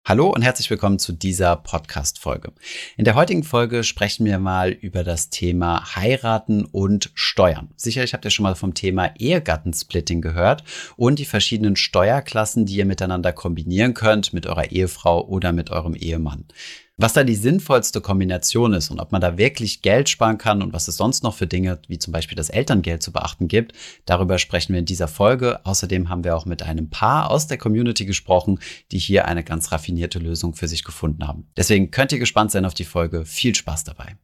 Hallo und herzlich willkommen zu dieser Podcast-Folge. In der heutigen Folge sprechen wir mal über das Thema Heiraten und Steuern. Sicherlich habt ihr schon mal vom Thema Ehegattensplitting gehört und die verschiedenen Steuerklassen, die ihr miteinander kombinieren könnt mit eurer Ehefrau oder mit eurem Ehemann. Was da die sinnvollste Kombination ist und ob man da wirklich Geld sparen kann und was es sonst noch für Dinge wie zum Beispiel das Elterngeld zu beachten gibt, darüber sprechen wir in dieser Folge. Außerdem haben wir auch mit einem Paar aus der Community gesprochen, die hier eine ganz raffinierte Lösung für sich gefunden haben. Deswegen könnt ihr gespannt sein auf die Folge. Viel Spaß dabei.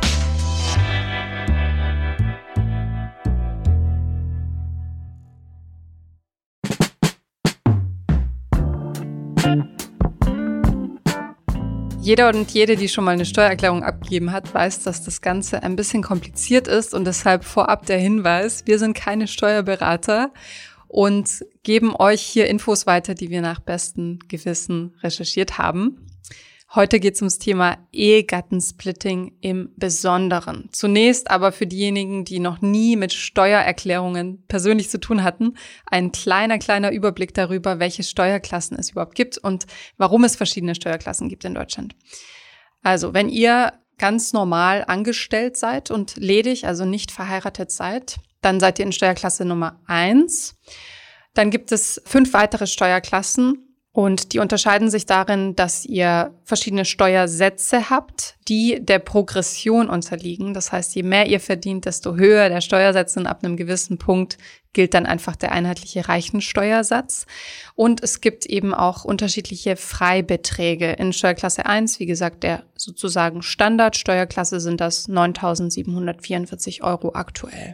Jeder und jede, die schon mal eine Steuererklärung abgegeben hat, weiß, dass das Ganze ein bisschen kompliziert ist und deshalb vorab der Hinweis, wir sind keine Steuerberater und geben euch hier Infos weiter, die wir nach bestem Gewissen recherchiert haben. Heute geht es ums Thema Ehegattensplitting im Besonderen. Zunächst aber für diejenigen, die noch nie mit Steuererklärungen persönlich zu tun hatten, ein kleiner Überblick darüber, welche Steuerklassen es überhaupt gibt und warum es verschiedene Steuerklassen gibt in Deutschland. Also, wenn ihr ganz normal angestellt seid und ledig, also nicht verheiratet seid, dann seid ihr in Steuerklasse Nummer 1. Dann gibt es 5 weitere Steuerklassen. Und die unterscheiden sich darin, dass ihr verschiedene Steuersätze habt, die der Progression unterliegen. Das heißt, je mehr ihr verdient, desto höher der Steuersatz und ab einem gewissen Punkt gilt dann einfach der einheitliche Reichensteuersatz. Und es gibt eben auch unterschiedliche Freibeträge. In Steuerklasse 1, wie gesagt, der sozusagen Standardsteuerklasse sind das 9.744 € aktuell.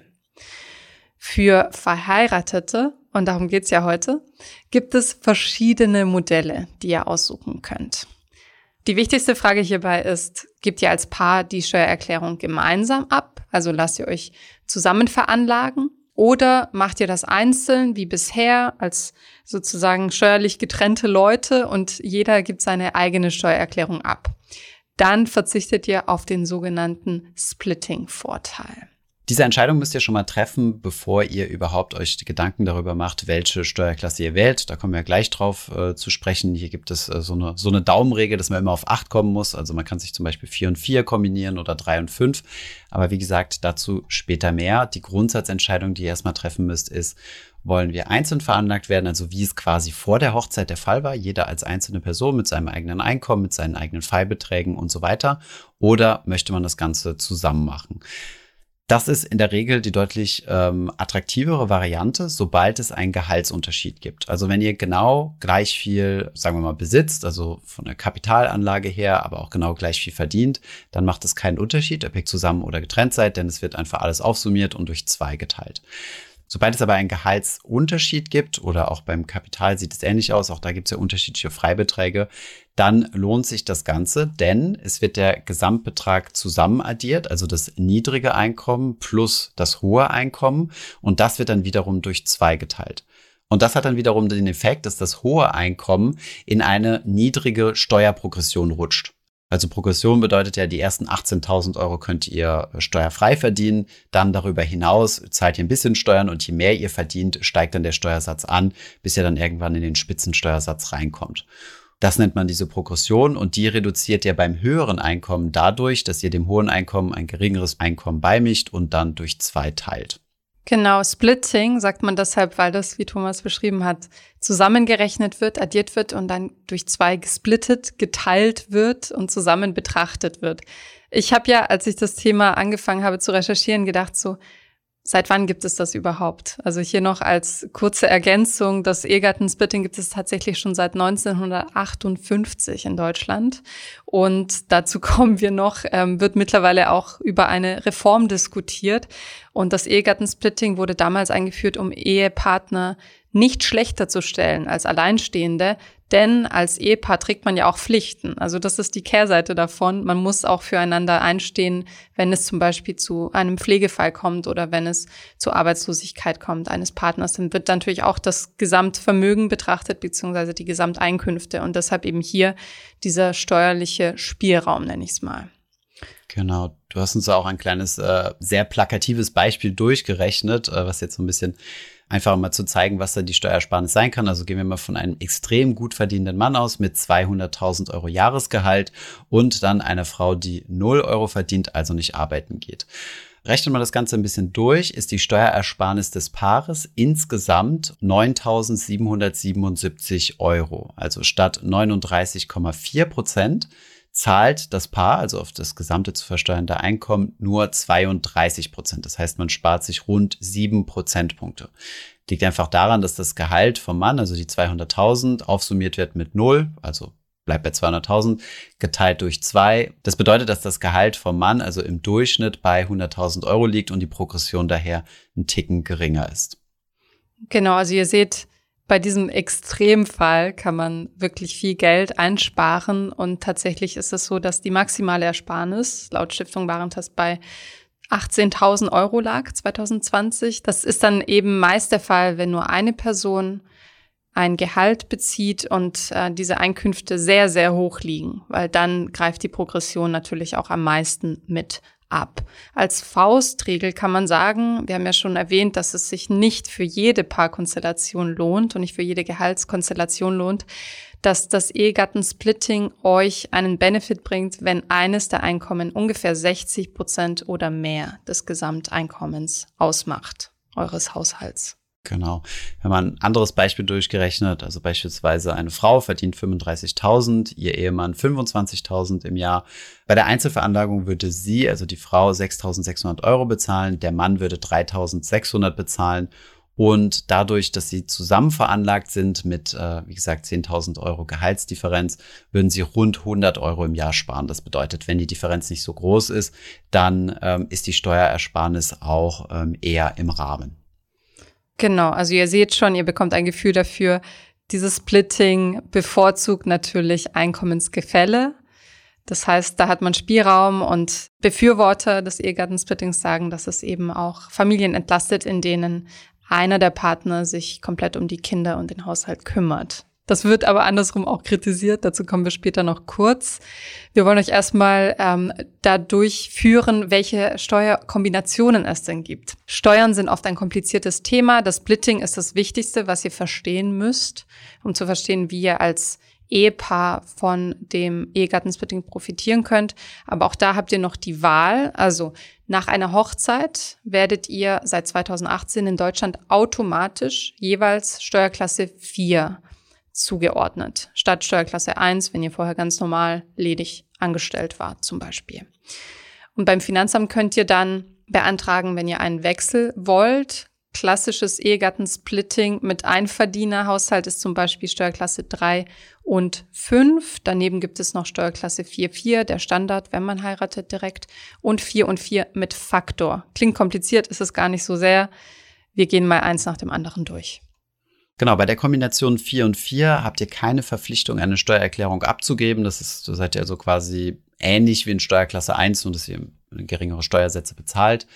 Für Verheiratete, und darum geht's ja heute, gibt es verschiedene Modelle, die ihr aussuchen könnt. Die wichtigste Frage hierbei ist, gebt ihr als Paar die Steuererklärung gemeinsam ab, also lasst ihr euch zusammen veranlagen, oder macht ihr das einzeln wie bisher als sozusagen steuerlich getrennte Leute und jeder gibt seine eigene Steuererklärung ab. Dann verzichtet ihr auf den sogenannten Splitting-Vorteil. Diese Entscheidung müsst ihr schon mal treffen, bevor ihr überhaupt euch die Gedanken darüber macht, welche Steuerklasse ihr wählt. Da kommen wir gleich drauf zu sprechen. Hier gibt es so eine Daumenregel, dass man immer auf 8 kommen muss. Also man kann sich zum Beispiel 4 und 4 kombinieren oder 3 und 5. Aber wie gesagt, dazu später mehr. Die Grundsatzentscheidung, die ihr erstmal treffen müsst, ist, wollen wir einzeln veranlagt werden, also wie es quasi vor der Hochzeit der Fall war, jeder als einzelne Person mit seinem eigenen Einkommen, mit seinen eigenen Freibeträgen und so weiter. Oder möchte man das Ganze zusammen machen? Das ist in der Regel die deutlich attraktivere Variante, sobald es einen Gehaltsunterschied gibt. Also wenn ihr genau gleich viel, sagen wir mal, besitzt, also von der Kapitalanlage her, aber auch genau gleich viel verdient, dann macht es keinen Unterschied, ob ihr zusammen oder getrennt seid, denn es wird einfach alles aufsummiert und durch 2 geteilt. Sobald es aber einen Gehaltsunterschied gibt oder auch beim Kapital sieht es ähnlich aus, auch da gibt es ja unterschiedliche Freibeträge, dann lohnt sich das Ganze, denn es wird der Gesamtbetrag zusammen addiert, also das niedrige Einkommen plus das hohe Einkommen und das wird dann wiederum durch 2 geteilt. Und das hat dann wiederum den Effekt, dass das hohe Einkommen in eine niedrige Steuerprogression rutscht. Also Progression bedeutet ja, die ersten 18.000 € könnt ihr steuerfrei verdienen. Dann darüber hinaus zahlt ihr ein bisschen Steuern und je mehr ihr verdient, steigt dann der Steuersatz an, bis ihr dann irgendwann in den Spitzensteuersatz reinkommt. Das nennt man diese Progression und die reduziert ihr beim höheren Einkommen dadurch, dass ihr dem hohen Einkommen ein geringeres Einkommen beimischt und dann durch 2 teilt. Genau, Splitting sagt man deshalb, weil das, wie Thomas beschrieben hat, zusammengerechnet wird, addiert wird und dann durch 2 gesplittet, geteilt wird und zusammen betrachtet wird. Ich habe ja, als ich das Thema angefangen habe zu recherchieren, gedacht so, seit wann gibt es das überhaupt? Also hier noch als kurze Ergänzung, das Ehegattensplitting gibt es tatsächlich schon seit 1958 in Deutschland. Und dazu kommen wir noch, wird mittlerweile auch über eine Reform diskutiert. Und das Ehegattensplitting wurde damals eingeführt, um Ehepartner nicht schlechter zu stellen als Alleinstehende, denn als Ehepaar trägt man ja auch Pflichten. Also das ist die Kehrseite davon. Man muss auch füreinander einstehen, wenn es zum Beispiel zu einem Pflegefall kommt oder wenn es zur Arbeitslosigkeit kommt eines Partners. Dann wird natürlich auch das Gesamtvermögen betrachtet, beziehungsweise die Gesamteinkünfte. Und deshalb eben hier dieser steuerliche Spielraum, nenne ich es mal. Genau, du hast uns auch ein kleines, sehr plakatives Beispiel durchgerechnet, was jetzt so ein bisschen Einfach mal zu zeigen, was da die Steuersparnis sein kann. Also gehen wir mal von einem extrem gut verdienenden Mann aus mit 200.000 Euro Jahresgehalt und dann einer Frau, die 0 Euro verdient, also nicht arbeiten geht. Rechnen wir das Ganze ein bisschen durch, ist die Steuerersparnis des Paares insgesamt 9.777 Euro. Also statt 39,4% zahlt das Paar, also auf das gesamte zu versteuernde Einkommen, nur 32%. Das heißt, man spart sich rund 7 Prozentpunkte. Liegt einfach daran, dass das Gehalt vom Mann, also die 200.000, aufsummiert wird mit 0, also bleibt bei 200.000, geteilt durch 2. Das bedeutet, dass das Gehalt vom Mann also im Durchschnitt bei 100.000 Euro liegt und die Progression daher ein Ticken geringer ist. Genau, also ihr seht, bei diesem Extremfall kann man wirklich viel Geld einsparen und tatsächlich ist es so, dass die maximale Ersparnis laut Stiftung Warentest bei 18.000 Euro lag 2020. Das ist dann eben meist der Fall, wenn nur eine Person ein Gehalt bezieht und diese Einkünfte sehr, sehr hoch liegen, weil dann greift die Progression natürlich auch am meisten mit ab. Als Faustregel kann man sagen, wir haben ja schon erwähnt, dass es sich nicht für jede Paarkonstellation lohnt und nicht für jede Gehaltskonstellation lohnt, dass das Ehegattensplitting euch einen Benefit bringt, wenn eines der Einkommen ungefähr 60% oder mehr des Gesamteinkommens ausmacht, eures Haushalts. Genau. Wir haben ein anderes Beispiel durchgerechnet, also beispielsweise eine Frau verdient 35.000, ihr Ehemann 25.000 im Jahr. Bei der Einzelveranlagung würde sie, also die Frau, 6.600 Euro bezahlen, der Mann würde 3.600 bezahlen. Und dadurch, dass sie zusammen veranlagt sind mit, wie gesagt, 10.000 Euro Gehaltsdifferenz, würden sie rund 100 Euro im Jahr sparen. Das bedeutet, wenn die Differenz nicht so groß ist, dann ist die Steuerersparnis auch eher im Rahmen. Genau, also ihr seht schon, ihr bekommt ein Gefühl dafür, dieses Splitting bevorzugt natürlich Einkommensgefälle. Das heißt, da hat man Spielraum und Befürworter des Ehegattensplittings sagen, dass es eben auch Familien entlastet, in denen einer der Partner sich komplett um die Kinder und den Haushalt kümmert. Das wird aber andersrum auch kritisiert, dazu kommen wir später noch kurz. Wir wollen euch erstmal da durchführen, welche Steuerkombinationen es denn gibt. Steuern sind oft ein kompliziertes Thema. Das Splitting ist das Wichtigste, was ihr verstehen müsst, um zu verstehen, wie ihr als Ehepaar von dem Ehegattensplitting profitieren könnt. Aber auch da habt ihr noch die Wahl. Also nach einer Hochzeit werdet ihr seit 2018 in Deutschland automatisch jeweils Steuerklasse 4 zugeordnet, statt Steuerklasse 1, wenn ihr vorher ganz normal ledig angestellt wart zum Beispiel. Und beim Finanzamt könnt ihr dann beantragen, wenn ihr einen Wechsel wollt. Klassisches Ehegattensplitting mit Einverdienerhaushalt ist zum Beispiel Steuerklasse 3 und 5. Daneben gibt es noch Steuerklasse 4, der Standard, wenn man heiratet direkt, und 4 und 4 mit Faktor. Klingt kompliziert, ist es gar nicht so sehr. Wir gehen mal eins nach dem anderen durch. Genau, bei der Kombination 4 und 4 habt ihr keine Verpflichtung, eine Steuererklärung abzugeben. Da seid ihr also quasi ähnlich wie in Steuerklasse 1, nur dass ihr geringere Steuersätze bezahlt.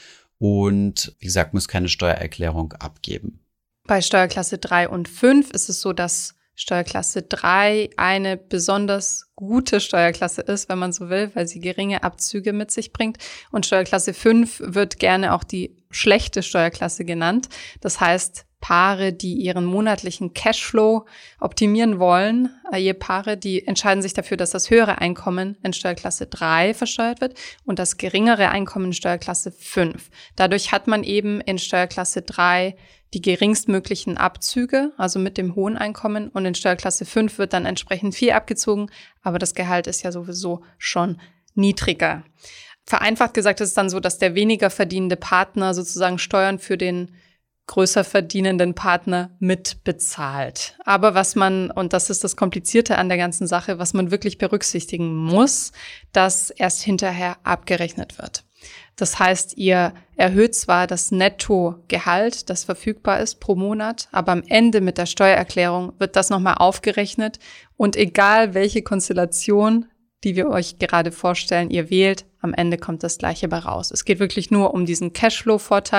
Und wie gesagt, müsst keine Steuererklärung abgeben. Bei Steuerklasse 3 und 5 ist es so, dass Steuerklasse 3 eine besonders gute Steuerklasse ist, wenn man so will, weil sie geringe Abzüge mit sich bringt. Und Steuerklasse 5 wird gerne auch die schlechte Steuerklasse genannt. Das heißt, Paare, die ihren monatlichen Cashflow optimieren wollen, Ehepaare, die entscheiden sich dafür, dass das höhere Einkommen in Steuerklasse 3 versteuert wird und das geringere Einkommen in Steuerklasse 5. Dadurch hat man eben in Steuerklasse 3 die geringstmöglichen Abzüge, also mit dem hohen Einkommen, und in Steuerklasse 5 wird dann entsprechend viel abgezogen, aber das Gehalt ist ja sowieso schon niedriger. Vereinfacht gesagt ist es dann so, dass der weniger verdienende Partner sozusagen Steuern für den größer verdienenden Partner mitbezahlt. Aber was man, und das ist das Komplizierte an der ganzen Sache, was man wirklich berücksichtigen muss, dass erst hinterher abgerechnet wird. Das heißt, ihr erhöht zwar das Nettogehalt, das verfügbar ist pro Monat, aber am Ende mit der Steuererklärung wird das nochmal aufgerechnet und egal welche Konstellation, die wir euch gerade vorstellen, ihr wählt, am Ende kommt das Gleiche bei raus. Es geht wirklich nur um diesen Cashflow-Vorteil.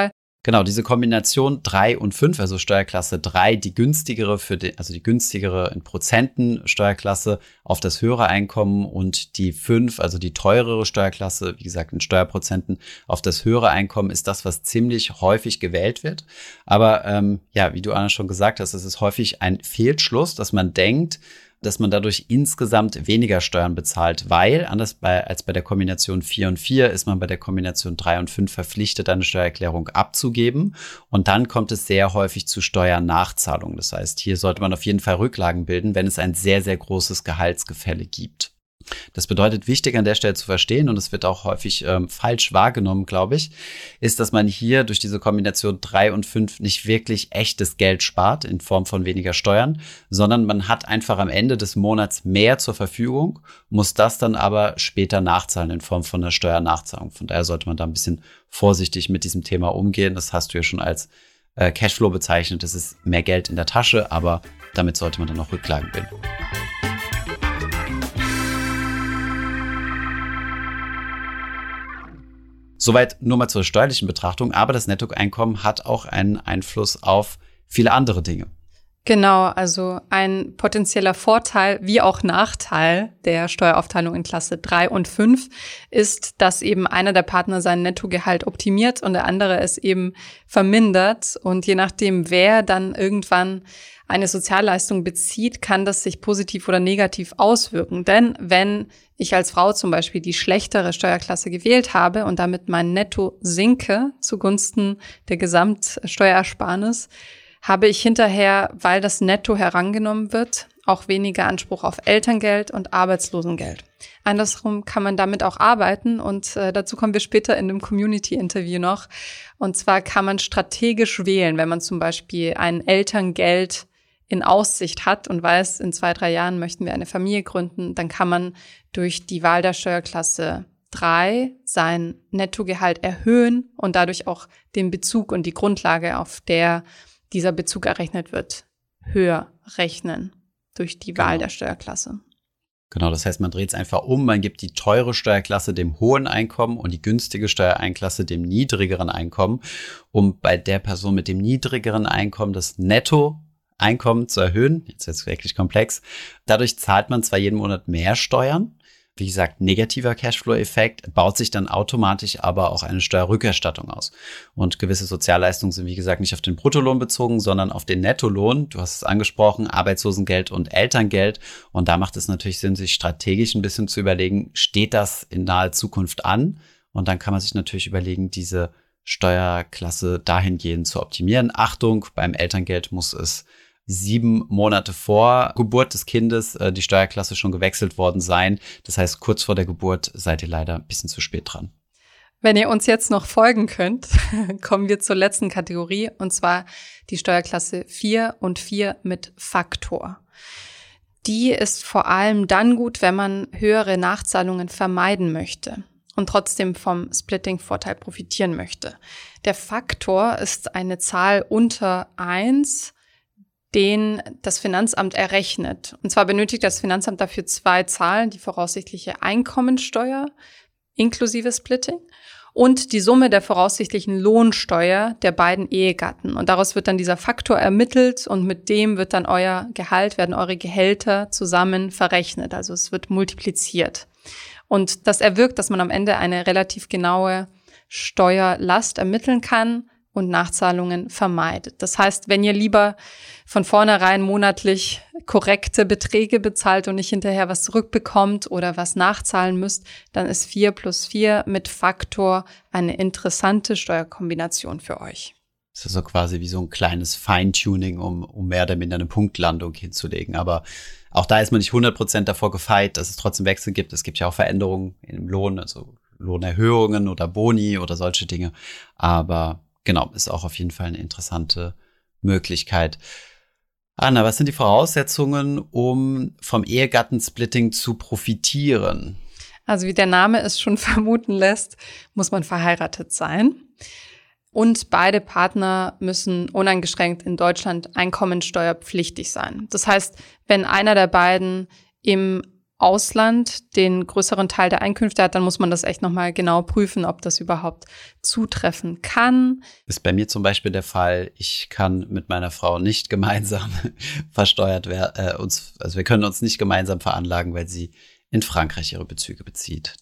Genau, diese Kombination 3 und 5, also Steuerklasse 3, die günstigere die günstigere in Prozenten Steuerklasse auf das höhere Einkommen und die 5, also die teurere Steuerklasse, wie gesagt in Steuerprozenten auf das höhere Einkommen, ist das, was ziemlich häufig gewählt wird. Aber wie du Anna schon gesagt hast, es ist häufig ein Fehlschluss, dass man denkt, dass man dadurch insgesamt weniger Steuern bezahlt, weil anders als bei der Kombination 4 und 4 ist man bei der Kombination 3 und 5 verpflichtet, eine Steuererklärung abzugeben. Und dann kommt es sehr häufig zu Steuernachzahlungen. Das heißt, hier sollte man auf jeden Fall Rücklagen bilden, wenn es ein sehr, sehr großes Gehaltsgefälle gibt. Das bedeutet, wichtig an der Stelle zu verstehen, und es wird auch häufig falsch wahrgenommen, glaube ich, ist, dass man hier durch diese Kombination 3 und 5 nicht wirklich echtes Geld spart in Form von weniger Steuern, sondern man hat einfach am Ende des Monats mehr zur Verfügung, muss das dann aber später nachzahlen in Form von einer Steuernachzahlung. Von daher sollte man da ein bisschen vorsichtig mit diesem Thema umgehen. Das hast du ja schon als Cashflow bezeichnet. Das ist mehr Geld in der Tasche, aber damit sollte man dann auch Rücklagen bilden. Soweit nur mal zur steuerlichen Betrachtung, aber das Nettoeinkommen hat auch einen Einfluss auf viele andere Dinge. Genau, also ein potenzieller Vorteil wie auch Nachteil der Steueraufteilung in Klasse 3 und 5 ist, dass eben einer der Partner sein Nettogehalt optimiert und der andere es eben vermindert. Und je nachdem, wer dann irgendwann eine Sozialleistung bezieht, kann das sich positiv oder negativ auswirken. Denn wenn ich als Frau zum Beispiel die schlechtere Steuerklasse gewählt habe und damit mein Netto sinke zugunsten der Gesamtsteuerersparnis, habe ich hinterher, weil das Netto herangenommen wird, auch weniger Anspruch auf Elterngeld und Arbeitslosengeld. Andersrum kann man damit auch arbeiten und dazu kommen wir später in dem Community-Interview noch. Und zwar kann man strategisch wählen, wenn man zum Beispiel ein Elterngeld in Aussicht hat und weiß, in 2-3 Jahren möchten wir eine Familie gründen, dann kann man durch die Wahl der Steuerklasse 3 sein Nettogehalt erhöhen und dadurch auch den Bezug und die Grundlage, auf der dieser Bezug errechnet wird, höher rechnen durch die Wahl der Steuerklasse. Genau, das heißt, man dreht es einfach um, man gibt die teure Steuerklasse dem hohen Einkommen und die günstige Steuereinklasse dem niedrigeren Einkommen, um bei der Person mit dem niedrigeren Einkommen das Nettoeinkommen zu erhöhen. Jetzt ist es wirklich komplex. Dadurch zahlt man zwar jeden Monat mehr Steuern, wie gesagt, negativer Cashflow-Effekt, baut sich dann automatisch aber auch eine Steuerrückerstattung aus. Und gewisse Sozialleistungen sind, wie gesagt, nicht auf den Bruttolohn bezogen, sondern auf den Nettolohn. Du hast es angesprochen, Arbeitslosengeld und Elterngeld. Und da macht es natürlich Sinn, sich strategisch ein bisschen zu überlegen, steht das in naher Zukunft an? Und dann kann man sich natürlich überlegen, diese Steuerklasse dahingehend zu optimieren. Achtung, beim Elterngeld muss es 7 Monate vor Geburt des Kindes die Steuerklasse schon gewechselt worden sein. Das heißt, kurz vor der Geburt seid ihr leider ein bisschen zu spät dran. Wenn ihr uns jetzt noch folgen könnt, kommen wir zur letzten Kategorie, und zwar die Steuerklasse 4 und 4 mit Faktor. Die ist vor allem dann gut, wenn man höhere Nachzahlungen vermeiden möchte und trotzdem vom Splitting-Vorteil profitieren möchte. Der Faktor ist eine Zahl unter 1, den das Finanzamt errechnet. Und zwar benötigt das Finanzamt dafür 2 Zahlen, die voraussichtliche Einkommensteuer inklusive Splitting und die Summe der voraussichtlichen Lohnsteuer der beiden Ehegatten. Und daraus wird dann dieser Faktor ermittelt und mit dem wird dann werden eure Gehälter zusammen verrechnet. Also es wird multipliziert. Und das erwirkt, dass man am Ende eine relativ genaue Steuerlast ermitteln kann und Nachzahlungen vermeidet. Das heißt, wenn ihr lieber von vornherein monatlich korrekte Beträge bezahlt und nicht hinterher was zurückbekommt oder was nachzahlen müsst, dann ist 4 plus 4 mit Faktor eine interessante Steuerkombination für euch. Das ist so quasi wie so ein kleines Feintuning, um mehr oder minder eine Punktlandung hinzulegen. Aber auch da ist man nicht 100% davor gefeit, dass es trotzdem Wechsel gibt. Es gibt ja auch Veränderungen im Lohn, also Lohnerhöhungen oder Boni oder solche Dinge. Aber genau, ist auch auf jeden Fall eine interessante Möglichkeit. Anna, was sind die Voraussetzungen, um vom Ehegattensplitting zu profitieren? Also wie der Name es schon vermuten lässt, muss man verheiratet sein. Und beide Partner müssen uneingeschränkt in Deutschland einkommensteuerpflichtig sein. Das heißt, wenn einer der beiden im Ausland den größeren Teil der Einkünfte hat, dann muss man das echt nochmal genau prüfen, ob das überhaupt zutreffen kann. Ist bei mir zum Beispiel der Fall, ich kann mit meiner Frau nicht gemeinsam versteuert werden, also wir können uns nicht gemeinsam veranlagen, weil sie in Frankreich ihre Bezüge bezieht.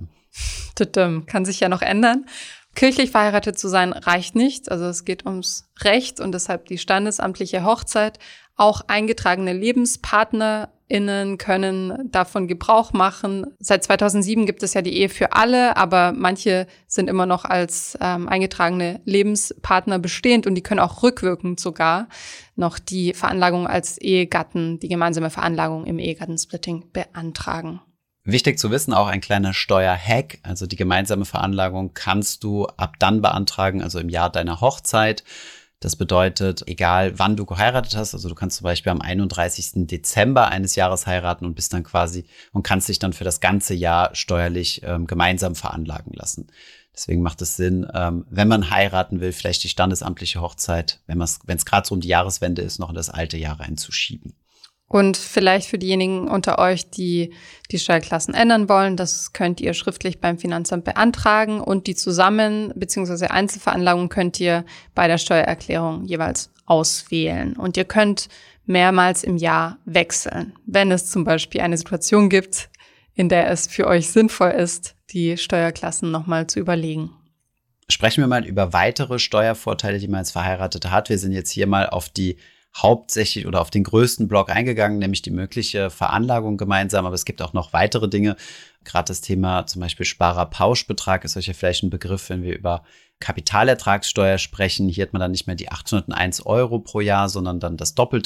Kann sich ja noch ändern. Kirchlich verheiratet zu sein reicht nicht, also es geht ums Recht und deshalb die standesamtliche Hochzeit. Auch eingetragene LebenspartnerInnen können davon Gebrauch machen. Seit 2007 gibt es ja die Ehe für alle, aber manche sind immer noch als eingetragene Lebenspartner bestehend und die können auch rückwirkend sogar noch die Veranlagung als Ehegatten, die gemeinsame Veranlagung im Ehegattensplitting beantragen. Wichtig zu wissen, auch ein kleiner Steuerhack, also die gemeinsame Veranlagung kannst du ab dann beantragen, also im Jahr deiner Hochzeit. Das bedeutet, egal wann du geheiratet hast, also du kannst zum Beispiel am 31. Dezember eines Jahres heiraten und bist dann quasi und kannst dich dann für das ganze Jahr steuerlich gemeinsam veranlagen lassen. Deswegen macht es Sinn, wenn man heiraten will, vielleicht die standesamtliche Hochzeit, wenn es gerade so um die Jahreswende ist, noch in das alte Jahr reinzuschieben. Und vielleicht für diejenigen unter euch, die die Steuerklassen ändern wollen, das könnt ihr schriftlich beim Finanzamt beantragen und die Zusammen- bzw. Einzelveranlagung könnt ihr bei der Steuererklärung jeweils auswählen. Und ihr könnt mehrmals im Jahr wechseln, wenn es zum Beispiel eine Situation gibt, in der es für euch sinnvoll ist, die Steuerklassen nochmal zu überlegen. Sprechen wir mal über weitere Steuervorteile, die man als Verheirateter hat. Wir sind jetzt hier mal auf die hauptsächlich oder auf den größten Block eingegangen, nämlich die mögliche Veranlagung gemeinsam. Aber es gibt auch noch weitere Dinge. Gerade das Thema zum Beispiel Sparerpauschbetrag ist euch ja vielleicht ein Begriff, wenn wir über Kapitalertragssteuer sprechen. Hier hat man dann nicht mehr die 801 € pro Jahr, sondern dann das Doppelte,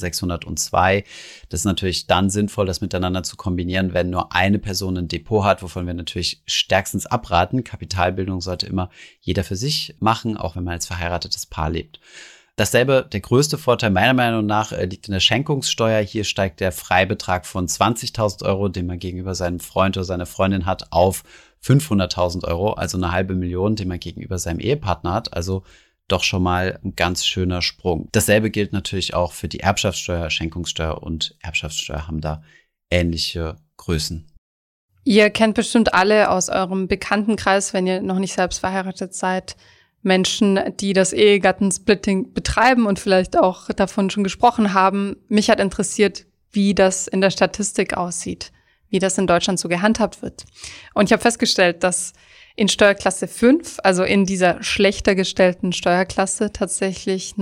1602. Das ist natürlich dann sinnvoll, das miteinander zu kombinieren, wenn nur eine Person ein Depot hat, wovon wir natürlich stärkstens abraten. Kapitalbildung sollte immer jeder für sich machen, auch wenn man als verheiratetes Paar lebt. Dasselbe, der größte Vorteil meiner Meinung nach liegt in der Schenkungssteuer. Hier steigt der Freibetrag von 20.000 €, den man gegenüber seinem Freund oder seiner Freundin hat, auf 500.000 €, also eine halbe Million, den man gegenüber seinem Ehepartner hat. Also doch schon mal ein ganz schöner Sprung. Dasselbe gilt natürlich auch für die Erbschaftssteuer. Schenkungssteuer und Erbschaftssteuer haben da ähnliche Größen. Ihr kennt bestimmt alle aus eurem Bekanntenkreis, wenn ihr noch nicht selbst verheiratet seid, Menschen, die das Ehegattensplitting betreiben und vielleicht auch davon schon gesprochen haben. Mich hat interessiert, wie das in der Statistik aussieht, wie das in Deutschland so gehandhabt wird. Und ich habe festgestellt, dass in Steuerklasse 5, also in dieser schlechter gestellten Steuerklasse, tatsächlich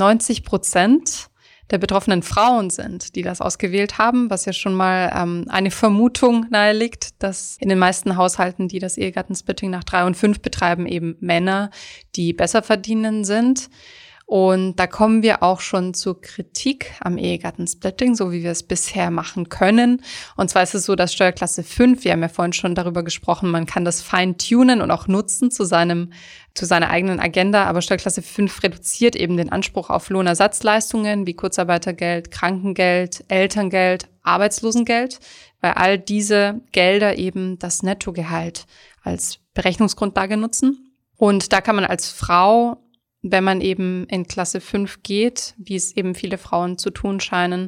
90% der betroffenen Frauen sind, die das ausgewählt haben, was ja schon mal eine Vermutung naheliegt, dass in den meisten Haushalten, die das Ehegattensplitting nach 3 und 5 betreiben, eben Männer, die besser verdienen sind. Und da kommen wir auch schon zur Kritik am Ehegattensplitting, so wie wir es bisher machen können. Und zwar ist es so, dass Steuerklasse 5, wir haben ja vorhin schon darüber gesprochen, man kann das feintunen und auch nutzen zu seiner eigenen Agenda. Aber Steuerklasse 5 reduziert eben den Anspruch auf Lohnersatzleistungen wie Kurzarbeitergeld, Krankengeld, Elterngeld, Arbeitslosengeld, weil all diese Gelder eben das Nettogehalt als Berechnungsgrundlage nutzen. Und da kann man als Frau, wenn man eben in Klasse 5 geht, wie es eben viele Frauen zu tun scheinen,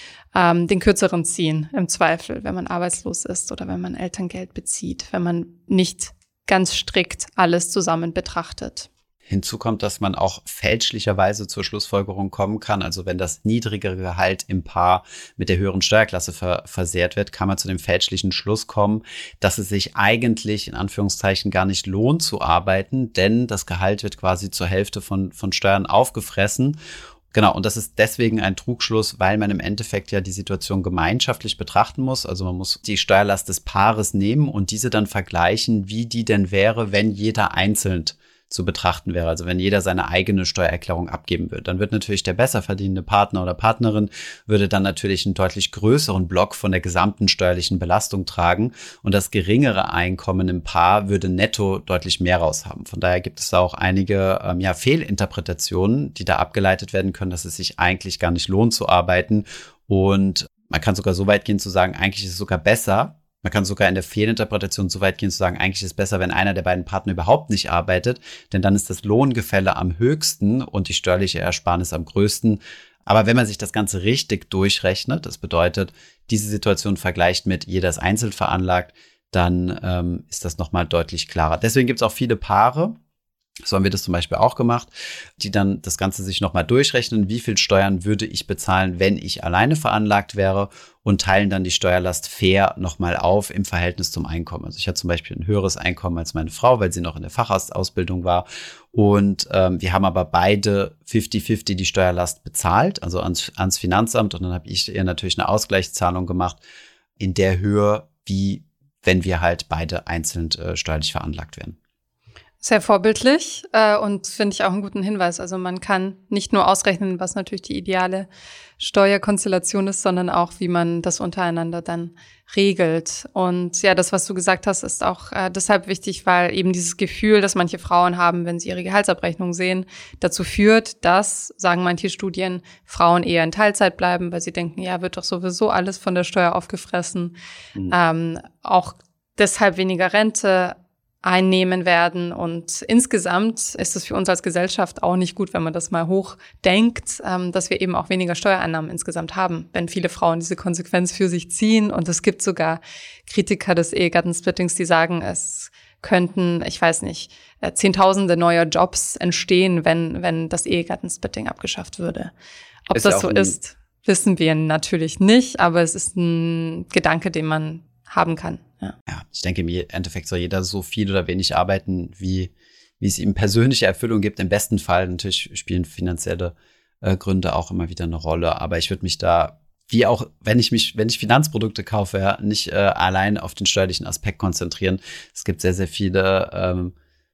den kürzeren ziehen im Zweifel, wenn man arbeitslos ist oder wenn man Elterngeld bezieht, wenn man nicht ganz strikt alles zusammen betrachtet. Hinzu kommt, dass man auch fälschlicherweise zur Schlussfolgerung kommen kann. Also wenn das niedrigere Gehalt im Paar mit der höheren Steuerklasse versehrt wird, kann man zu dem fälschlichen Schluss kommen, dass es sich eigentlich in Anführungszeichen gar nicht lohnt zu arbeiten, denn das Gehalt wird quasi zur Hälfte von Steuern aufgefressen. Genau, und das ist deswegen ein Trugschluss, weil man im Endeffekt ja die Situation gemeinschaftlich betrachten muss. Also man muss die Steuerlast des Paares nehmen und diese dann vergleichen, wie die denn wäre, wenn jeder einzeln zu betrachten wäre. Also wenn jeder seine eigene Steuererklärung abgeben würde, dann wird natürlich der besser verdienende Partner oder Partnerin würde dann natürlich einen deutlich größeren Block von der gesamten steuerlichen Belastung tragen und das geringere Einkommen im Paar würde netto deutlich mehr raushaben. Von daher gibt es auch einige Fehlinterpretationen, die da abgeleitet werden können, dass es sich eigentlich gar nicht lohnt zu arbeiten und man kann sogar so weit gehen zu sagen, eigentlich ist es sogar besser. Man kann sogar in der Fehlinterpretation so weit gehen zu sagen, eigentlich ist es besser, wenn einer der beiden Partner überhaupt nicht arbeitet, denn dann ist das Lohngefälle am höchsten und die steuerliche Ersparnis am größten. Aber wenn man sich das Ganze richtig durchrechnet, das bedeutet, diese Situation vergleicht mit jeder ist einzeln veranlagt, dann ist das nochmal deutlich klarer. Deswegen gibt es auch viele Paare, so haben wir das zum Beispiel auch gemacht, die dann das Ganze sich nochmal durchrechnen, wie viel Steuern würde ich bezahlen, wenn ich alleine veranlagt wäre und teilen dann die Steuerlast fair nochmal auf im Verhältnis zum Einkommen. Also ich hatte zum Beispiel ein höheres Einkommen als meine Frau, weil sie noch in der Fachausbildung war und wir haben aber beide 50-50 die Steuerlast bezahlt, also ans Finanzamt und dann habe ich ihr natürlich eine Ausgleichszahlung gemacht in der Höhe, wie wenn wir halt beide einzeln steuerlich veranlagt werden. Sehr vorbildlich und finde ich auch einen guten Hinweis. Also man kann nicht nur ausrechnen, was natürlich die ideale Steuerkonstellation ist, sondern auch, wie man das untereinander dann regelt. Und ja, das, was du gesagt hast, ist auch deshalb wichtig, weil eben dieses Gefühl, das manche Frauen haben, wenn sie ihre Gehaltsabrechnung sehen, dazu führt, dass, sagen manche Studien, Frauen eher in Teilzeit bleiben, weil sie denken, ja, wird doch sowieso alles von der Steuer aufgefressen. Auch deshalb weniger Rente einnehmen werden. Und insgesamt ist es für uns als Gesellschaft auch nicht gut, wenn man das mal hochdenkt, dass wir eben auch weniger Steuereinnahmen insgesamt haben, wenn viele Frauen diese Konsequenz für sich ziehen. Und es gibt sogar Kritiker des Ehegattensplittings, die sagen, es könnten, ich weiß nicht, Zehntausende neuer Jobs entstehen, wenn das Ehegattensplitting abgeschafft würde. Ob ist das so ist, wissen wir natürlich nicht, aber es ist ein Gedanke, den man haben kann. Ja, ich denke, im Endeffekt soll jeder so viel oder wenig arbeiten, wie es ihm persönliche Erfüllung gibt. Im besten Fall natürlich spielen finanzielle Gründe auch immer wieder eine Rolle. Aber ich würde mich da, wie auch, wenn ich Finanzprodukte kaufe, ja, nicht allein auf den steuerlichen Aspekt konzentrieren. Es gibt sehr, sehr viele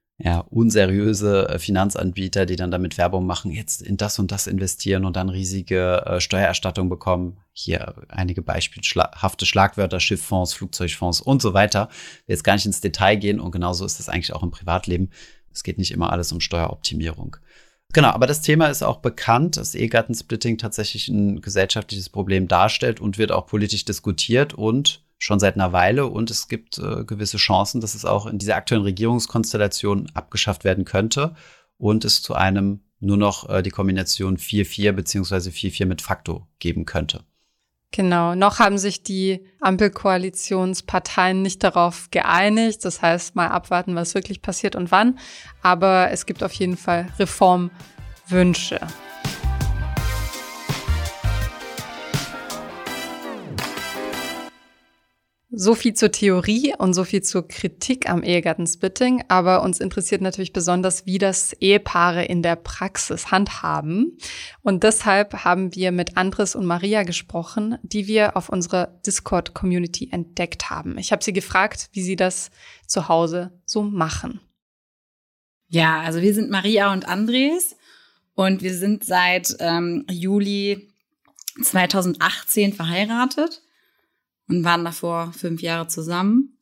unseriöse Finanzanbieter, die dann damit Werbung machen, jetzt in das und das investieren und dann riesige Steuererstattung bekommen. Hier einige beispielhafte Schlagwörter, Schifffonds, Flugzeugfonds und so weiter. Ich will jetzt gar nicht ins Detail gehen und genauso ist es eigentlich auch im Privatleben. Es geht nicht immer alles um Steueroptimierung. Genau, aber das Thema ist auch bekannt, dass Ehegattensplitting tatsächlich ein gesellschaftliches Problem darstellt und wird auch politisch diskutiert und schon seit einer Weile. Und es gibt gewisse Chancen, dass es auch in dieser aktuellen Regierungskonstellation abgeschafft werden könnte und es zu einem nur noch die Kombination 4-4 beziehungsweise 4-4 mit Faktor geben könnte. Genau, noch haben sich die Ampelkoalitionsparteien nicht darauf geeinigt. Das heißt, mal abwarten, was wirklich passiert und wann. Aber es gibt auf jeden Fall Reformwünsche. So viel zur Theorie und so viel zur Kritik am Ehegattensplitting. Aber uns interessiert natürlich besonders, wie das Ehepaare in der Praxis handhaben. Und deshalb haben wir mit Andres und Maria gesprochen, die wir auf unserer Discord-Community entdeckt haben. Ich habe sie gefragt, wie sie das zu Hause so machen. Ja, also wir sind Maria und Andres und wir sind seit Juli 2018 verheiratet. Und waren davor 5 Jahre zusammen.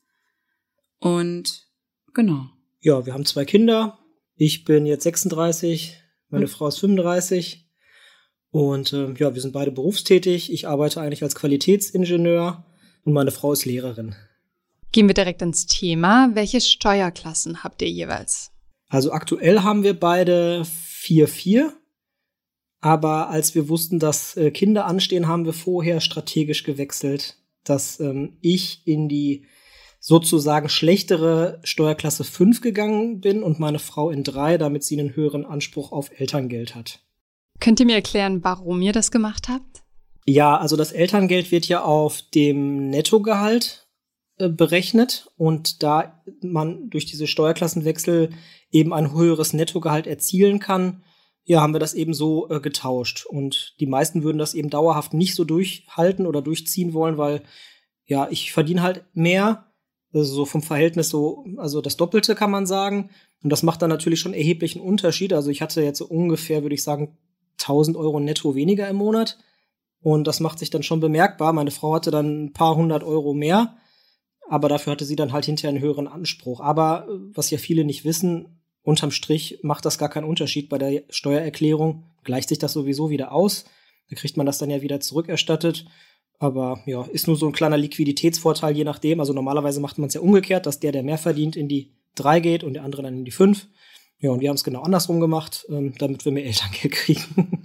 Und genau. Ja, wir haben 2 Kinder. Ich bin jetzt 36, meine Frau ist 35. Und wir sind beide berufstätig. Ich arbeite eigentlich als Qualitätsingenieur und meine Frau ist Lehrerin. Gehen wir direkt ins Thema. Welche Steuerklassen habt ihr jeweils? Also aktuell haben wir beide 4-4. Aber als wir wussten, dass Kinder anstehen, haben wir vorher strategisch gewechselt, dass ich in die sozusagen schlechtere Steuerklasse 5 gegangen bin und meine Frau in 3, damit sie einen höheren Anspruch auf Elterngeld hat. Könnt ihr mir erklären, warum ihr das gemacht habt? Ja, also das Elterngeld wird ja auf dem Nettogehalt berechnet und da man durch diese Steuerklassenwechsel eben ein höheres Nettogehalt erzielen kann, ja, haben wir das eben so getauscht. Und die meisten würden das eben dauerhaft nicht so durchhalten oder durchziehen wollen, weil, ja, ich verdiene halt mehr, also so vom Verhältnis so, also das Doppelte kann man sagen. Und das macht dann natürlich schon erheblichen Unterschied. Also ich hatte jetzt so ungefähr, würde ich sagen, 1.000 Euro netto weniger im Monat. Und das macht sich dann schon bemerkbar. Meine Frau hatte dann ein paar 100 Euro mehr. Aber dafür hatte sie dann halt hinterher einen höheren Anspruch. Aber was ja viele nicht wissen, unterm Strich macht das gar keinen Unterschied bei der Steuererklärung. Gleicht sich das sowieso wieder aus. Da kriegt man das dann ja wieder zurückerstattet. Aber ja, ist nur so ein kleiner Liquiditätsvorteil, je nachdem. Also normalerweise macht man es ja umgekehrt, dass der mehr verdient, in die 3 geht und der andere dann in die 5. Ja, und wir haben es genau andersrum gemacht, damit wir mehr Elterngeld kriegen.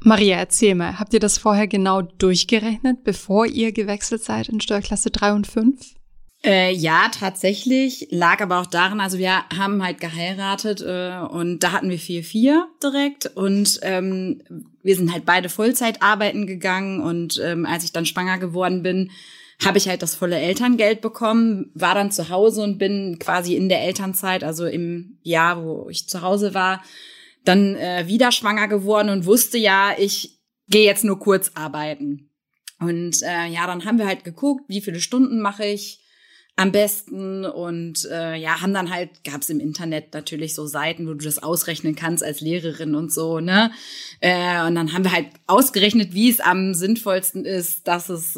Maria, erzähl mal, habt ihr das vorher genau durchgerechnet, bevor ihr gewechselt seid in Steuerklasse 3 und 5? Ja, tatsächlich. Lag aber auch daran, also wir haben halt geheiratet und da hatten wir 4-4 direkt und wir sind halt beide Vollzeit arbeiten gegangen und als ich dann schwanger geworden bin, habe ich halt das volle Elterngeld bekommen, war dann zu Hause und bin quasi in der Elternzeit, also im Jahr, wo ich zu Hause war, dann wieder schwanger geworden und wusste ja, ich gehe jetzt nur kurz arbeiten. Und dann haben wir halt geguckt, wie viele Stunden mache ich am besten und haben dann halt, gab's im Internet natürlich so Seiten, wo du das ausrechnen kannst als Lehrerin und so, ne? Und dann haben wir halt ausgerechnet, wie es am sinnvollsten ist, dass es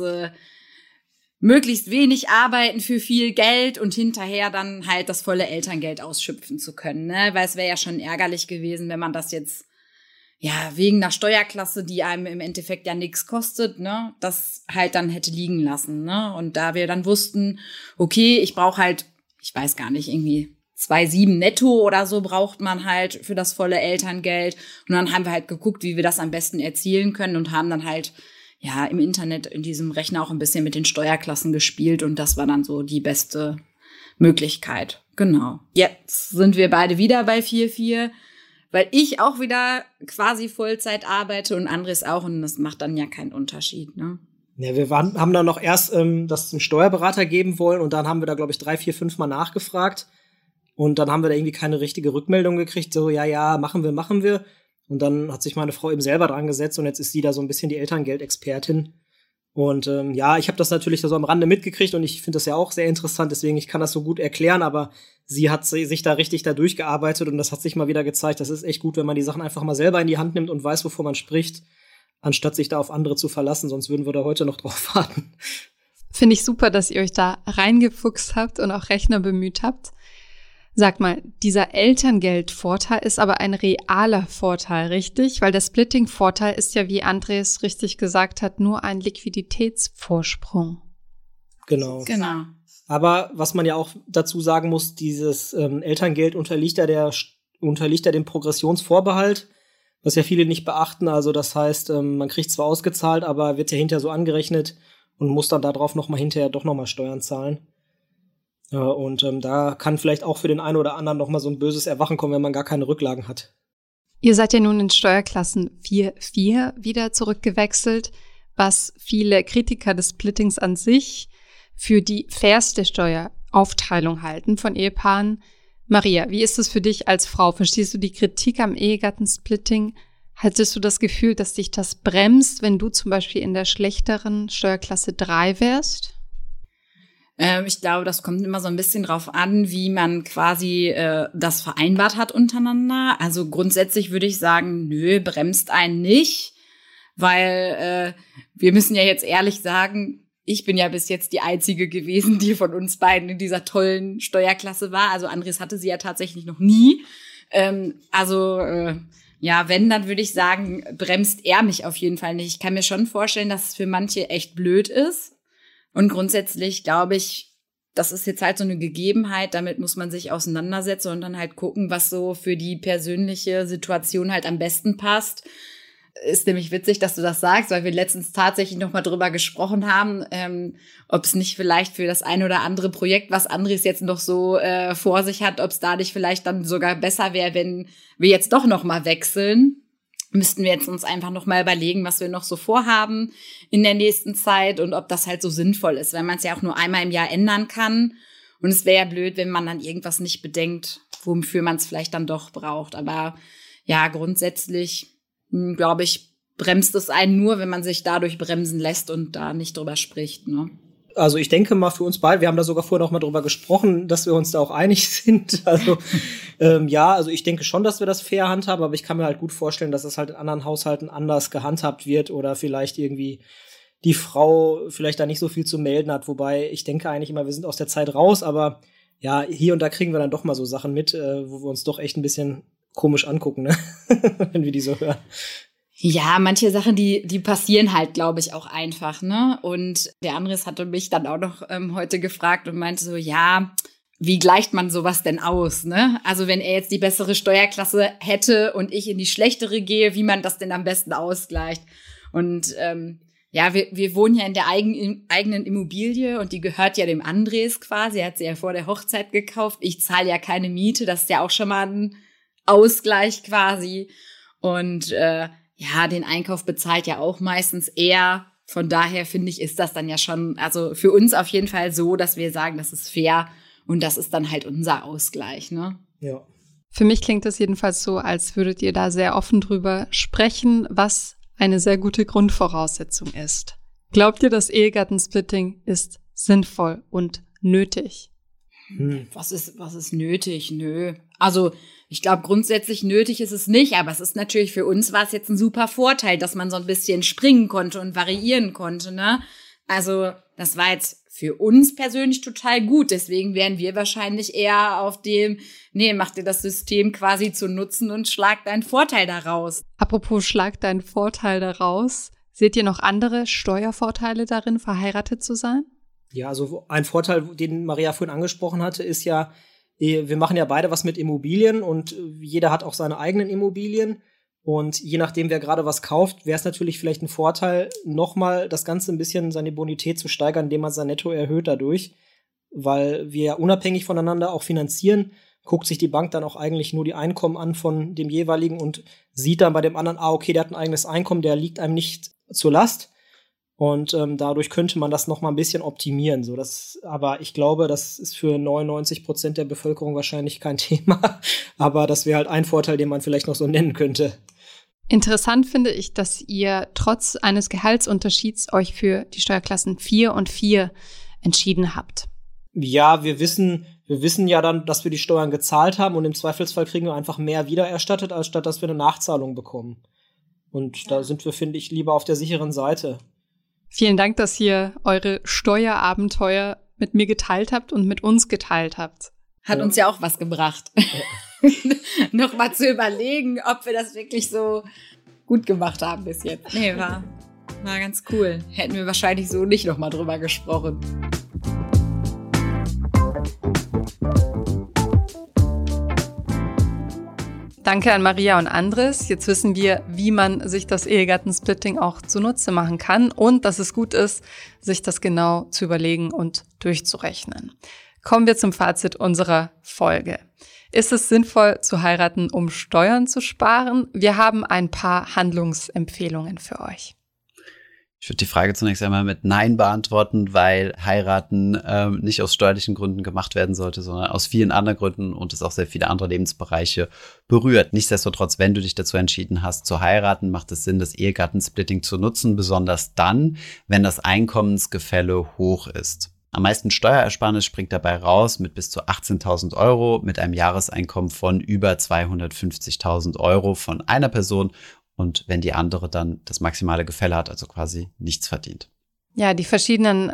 möglichst wenig arbeiten für viel Geld und hinterher dann halt das volle Elterngeld ausschöpfen zu können, ne? Weil es wäre ja schon ärgerlich gewesen, wenn man das jetzt wegen einer Steuerklasse, die einem im Endeffekt ja nichts kostet, ne, das halt dann hätte liegen lassen, ne? Und da wir dann wussten, okay, ich brauche halt, ich weiß gar nicht, irgendwie 2,7 netto oder so braucht man halt für das volle Elterngeld. Und dann haben wir halt geguckt, wie wir das am besten erzielen können und haben dann halt im Internet in diesem Rechner auch ein bisschen mit den Steuerklassen gespielt und das war dann so die beste Möglichkeit. Genau. Jetzt sind wir beide wieder bei 4,4. Weil ich auch wieder quasi Vollzeit arbeite und Andres auch und das macht dann ja keinen Unterschied, ne? Ja, wir haben dann noch erst das zum Steuerberater geben wollen und dann haben wir da, glaube ich, 3, 4, 5 Mal nachgefragt und dann haben wir da irgendwie keine richtige Rückmeldung gekriegt, so, ja, machen wir. Und dann hat sich meine Frau eben selber dran gesetzt und jetzt ist sie da so ein bisschen die Elterngeldexpertin. Und ich habe das natürlich so am Rande mitgekriegt und ich finde das ja auch sehr interessant, deswegen ich kann das so gut erklären, aber sie hat sich da richtig da durchgearbeitet und das hat sich mal wieder gezeigt, das ist echt gut, wenn man die Sachen einfach mal selber in die Hand nimmt und weiß, wovon man spricht, anstatt sich da auf andere zu verlassen, sonst würden wir da heute noch drauf warten. Finde ich super, dass ihr euch da reingefuchst habt und auch Rechner bemüht habt. Sag mal, dieser Elterngeldvorteil ist aber ein realer Vorteil, richtig? Weil der Splitting-Vorteil ist ja, wie Andres richtig gesagt hat, nur ein Liquiditätsvorsprung. Genau. Aber was man ja auch dazu sagen muss, dieses Elterngeld unterliegt ja dem Progressionsvorbehalt, was ja viele nicht beachten. Also das heißt, man kriegt zwar ausgezahlt, aber wird ja hinterher so angerechnet und muss dann darauf hinterher doch nochmal Steuern zahlen. Und da kann vielleicht auch für den einen oder anderen noch mal so ein böses Erwachen kommen, wenn man gar keine Rücklagen hat. Ihr seid ja nun in Steuerklassen 4,4 wieder zurückgewechselt, was viele Kritiker des Splittings an sich für die fairste Steueraufteilung halten von Ehepaaren. Maria, wie ist es für dich als Frau? Verstehst du die Kritik am Ehegattensplitting? Hattest du das Gefühl, dass dich das bremst, wenn du zum Beispiel in der schlechteren Steuerklasse 3 wärst? Ich glaube, das kommt immer so ein bisschen drauf an, wie man quasi das vereinbart hat untereinander. Also grundsätzlich würde ich sagen, nö, bremst einen nicht, weil wir müssen ja jetzt ehrlich sagen, ich bin ja bis jetzt die Einzige gewesen, die von uns beiden in dieser tollen Steuerklasse war. Also Andres hatte sie ja tatsächlich noch nie. Wenn, dann würde ich sagen, bremst er mich auf jeden Fall nicht. Ich kann mir schon vorstellen, dass es für manche echt blöd ist. Und grundsätzlich glaube ich, das ist jetzt halt so eine Gegebenheit, damit muss man sich auseinandersetzen und dann halt gucken, was so für die persönliche Situation halt am besten passt. Ist nämlich witzig, dass du das sagst, weil wir letztens tatsächlich noch mal drüber gesprochen haben, ob es nicht vielleicht für das eine oder andere Projekt, was Andres jetzt noch so vor sich hat, ob es da nicht vielleicht dann sogar besser wäre, wenn wir jetzt doch noch mal wechseln. Müssten wir jetzt uns einfach noch mal überlegen, was wir noch so vorhaben in der nächsten Zeit und ob das halt so sinnvoll ist, weil man es ja auch nur einmal im Jahr ändern kann. Und es wäre ja blöd, wenn man dann irgendwas nicht bedenkt, wofür man es vielleicht dann doch braucht. Aber ja, grundsätzlich, glaube ich, bremst es einen nur, wenn man sich dadurch bremsen lässt und da nicht drüber spricht, ne? Also ich denke mal für uns beide, wir haben da sogar vorher noch mal drüber gesprochen, dass wir uns da auch einig sind. Also also ich denke schon, dass wir das fair handhaben, aber ich kann mir halt gut vorstellen, dass es halt in anderen Haushalten anders gehandhabt wird oder vielleicht irgendwie die Frau vielleicht da nicht so viel zu melden hat. Wobei ich denke eigentlich immer, wir sind aus der Zeit raus, aber ja, hier und da kriegen wir dann doch mal so Sachen mit, wo wir uns doch echt ein bisschen komisch angucken, ne? Wenn wir die so hören. Ja, manche Sachen, die passieren halt, glaube ich, auch einfach, ne? Und der Andres hatte mich dann auch noch heute gefragt und meinte so, ja, wie gleicht man sowas denn aus, ne? Also wenn er jetzt die bessere Steuerklasse hätte und ich in die schlechtere gehe, wie man das denn am besten ausgleicht. Und wir wohnen ja in der eigenen Immobilie und die gehört ja dem Andres quasi. Er hat sie ja vor der Hochzeit gekauft. Ich zahle ja keine Miete, das ist ja auch schon mal ein Ausgleich quasi. Und den Einkauf bezahlt ja auch meistens er. Von daher finde ich, ist das dann ja schon, also für uns auf jeden Fall so, dass wir sagen, das ist fair und das ist dann halt unser Ausgleich, ne? Ja. Für mich klingt das jedenfalls so, als würdet ihr da sehr offen drüber sprechen, was eine sehr gute Grundvoraussetzung ist. Glaubt ihr, das Ehegattensplitting ist sinnvoll und nötig? Was ist nötig? Nö. Also ich glaube, grundsätzlich nötig ist es nicht, aber es ist natürlich für uns war es jetzt ein super Vorteil, dass man so ein bisschen springen konnte und variieren konnte, ne? Also das war jetzt für uns persönlich total gut. Deswegen wären wir wahrscheinlich eher auf dem, mach dir das System quasi zu nutzen und schlag deinen Vorteil daraus. Apropos schlag deinen Vorteil daraus. Seht ihr noch andere Steuervorteile darin, verheiratet zu sein? Ja, also ein Vorteil, den Maria vorhin angesprochen hatte, ist ja, wir machen ja beide was mit Immobilien und jeder hat auch seine eigenen Immobilien. Und je nachdem, wer gerade was kauft, wäre es natürlich vielleicht ein Vorteil, nochmal das Ganze ein bisschen seine Bonität zu steigern, indem man sein Netto erhöht dadurch. Weil wir ja unabhängig voneinander auch finanzieren, guckt sich die Bank dann auch eigentlich nur die Einkommen an von dem jeweiligen und sieht dann bei dem anderen, okay, der hat ein eigenes Einkommen, der liegt einem nicht zur Last. Und dadurch könnte man das noch mal ein bisschen optimieren. Aber ich glaube, das ist für 99% der Bevölkerung wahrscheinlich kein Thema. Aber das wäre halt ein Vorteil, den man vielleicht noch so nennen könnte. Interessant finde ich, dass ihr trotz eines Gehaltsunterschieds euch für die Steuerklassen 4 und 4 entschieden habt. Ja, wir wissen ja dann, dass wir die Steuern gezahlt haben und im Zweifelsfall kriegen wir einfach mehr wiedererstattet, als statt dass wir eine Nachzahlung bekommen. Und da sind wir, finde ich, lieber auf der sicheren Seite. Vielen Dank, dass ihr eure Steuerabenteuer mit mir geteilt habt und mit uns geteilt habt. Hat uns ja auch was gebracht. Noch mal zu überlegen, ob wir das wirklich so gut gemacht haben bis jetzt. Nee, war ganz cool. Hätten wir wahrscheinlich so nicht noch mal drüber gesprochen. Danke an Maria und Andres. Jetzt wissen wir, wie man sich das Ehegattensplitting auch zunutze machen kann und dass es gut ist, sich das genau zu überlegen und durchzurechnen. Kommen wir zum Fazit unserer Folge. Ist es sinnvoll zu heiraten, um Steuern zu sparen? Wir haben ein paar Handlungsempfehlungen für euch. Ich würde die Frage zunächst einmal mit Nein beantworten, weil heiraten nicht aus steuerlichen Gründen gemacht werden sollte, sondern aus vielen anderen Gründen und es auch sehr viele andere Lebensbereiche berührt. Nichtsdestotrotz, wenn du dich dazu entschieden hast zu heiraten, macht es Sinn, das Ehegattensplitting zu nutzen, besonders dann, wenn das Einkommensgefälle hoch ist. Am meisten Steuerersparnis springt dabei raus mit bis zu 18.000 Euro mit einem Jahreseinkommen von über 250.000 Euro von einer Person. Und wenn die andere dann das maximale Gefälle hat, also quasi nichts verdient. Ja, die verschiedenen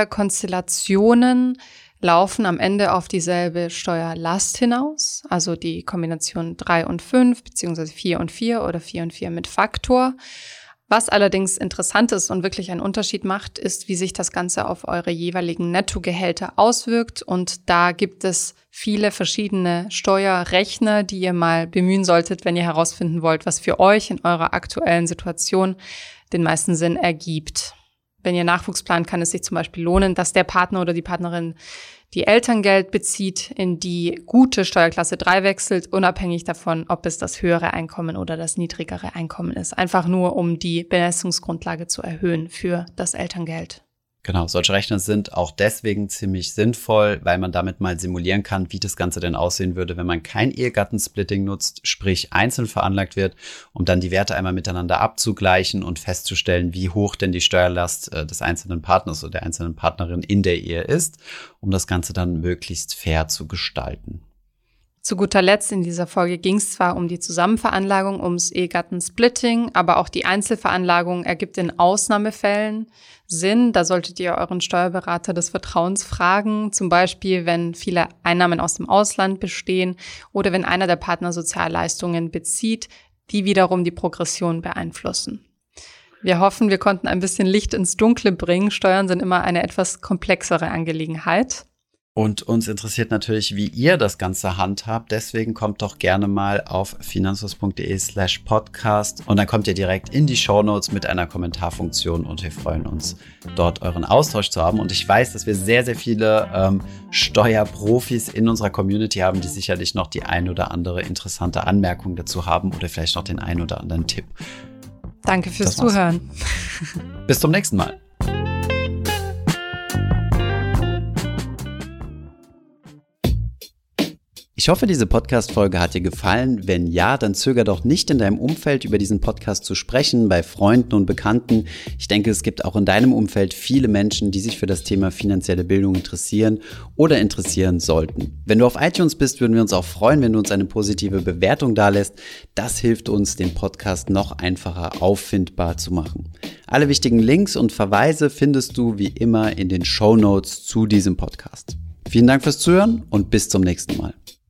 Steuerkonstellationen laufen am Ende auf dieselbe Steuerlast hinaus. Also die Kombination 3 und 5 beziehungsweise 4 und 4 oder 4 und 4 mit Faktor. Was allerdings interessant ist und wirklich einen Unterschied macht, ist, wie sich das Ganze auf eure jeweiligen Nettogehälter auswirkt. Und da gibt es viele verschiedene Steuerrechner, die ihr mal bemühen solltet, wenn ihr herausfinden wollt, was für euch in eurer aktuellen Situation den meisten Sinn ergibt. Wenn ihr Nachwuchs plant, kann es sich zum Beispiel lohnen, dass der Partner oder die Partnerin die Elterngeld bezieht, in die gute Steuerklasse 3 wechselt, unabhängig davon, ob es das höhere Einkommen oder das niedrigere Einkommen ist. Einfach nur, um die Bemessungsgrundlage zu erhöhen für das Elterngeld. Genau, solche Rechner sind auch deswegen ziemlich sinnvoll, weil man damit mal simulieren kann, wie das Ganze denn aussehen würde, wenn man kein Ehegattensplitting nutzt, sprich einzeln veranlagt wird, um dann die Werte einmal miteinander abzugleichen und festzustellen, wie hoch denn die Steuerlast des einzelnen Partners oder der einzelnen Partnerin in der Ehe ist, um das Ganze dann möglichst fair zu gestalten. Zu guter Letzt in dieser Folge ging es zwar um die Zusammenveranlagung, ums Ehegattensplitting, aber auch die Einzelveranlagung ergibt in Ausnahmefällen Sinn. Da solltet ihr euren Steuerberater des Vertrauens fragen, zum Beispiel, wenn viele Einnahmen aus dem Ausland bestehen oder wenn einer der Partner Sozialleistungen bezieht, die wiederum die Progression beeinflussen. Wir hoffen, wir konnten ein bisschen Licht ins Dunkle bringen. Steuern sind immer eine etwas komplexere Angelegenheit. Und uns interessiert natürlich, wie ihr das Ganze handhabt. Deswegen kommt doch gerne mal auf finanzfluss.de/podcast und dann kommt ihr direkt in die Shownotes mit einer Kommentarfunktion und wir freuen uns, dort euren Austausch zu haben. Und ich weiß, dass wir sehr, sehr viele Steuerprofis in unserer Community haben, die sicherlich noch die ein oder andere interessante Anmerkung dazu haben oder vielleicht noch den ein oder anderen Tipp. Danke fürs Zuhören. Bis zum nächsten Mal. Ich hoffe, diese Podcast-Folge hat dir gefallen. Wenn ja, dann zöger doch nicht in deinem Umfeld über diesen Podcast zu sprechen, bei Freunden und Bekannten. Ich denke, es gibt auch in deinem Umfeld viele Menschen, die sich für das Thema finanzielle Bildung interessieren oder interessieren sollten. Wenn du auf iTunes bist, würden wir uns auch freuen, wenn du uns eine positive Bewertung dalässt. Das hilft uns, den Podcast noch einfacher auffindbar zu machen. Alle wichtigen Links und Verweise findest du wie immer in den Shownotes zu diesem Podcast. Vielen Dank fürs Zuhören und bis zum nächsten Mal.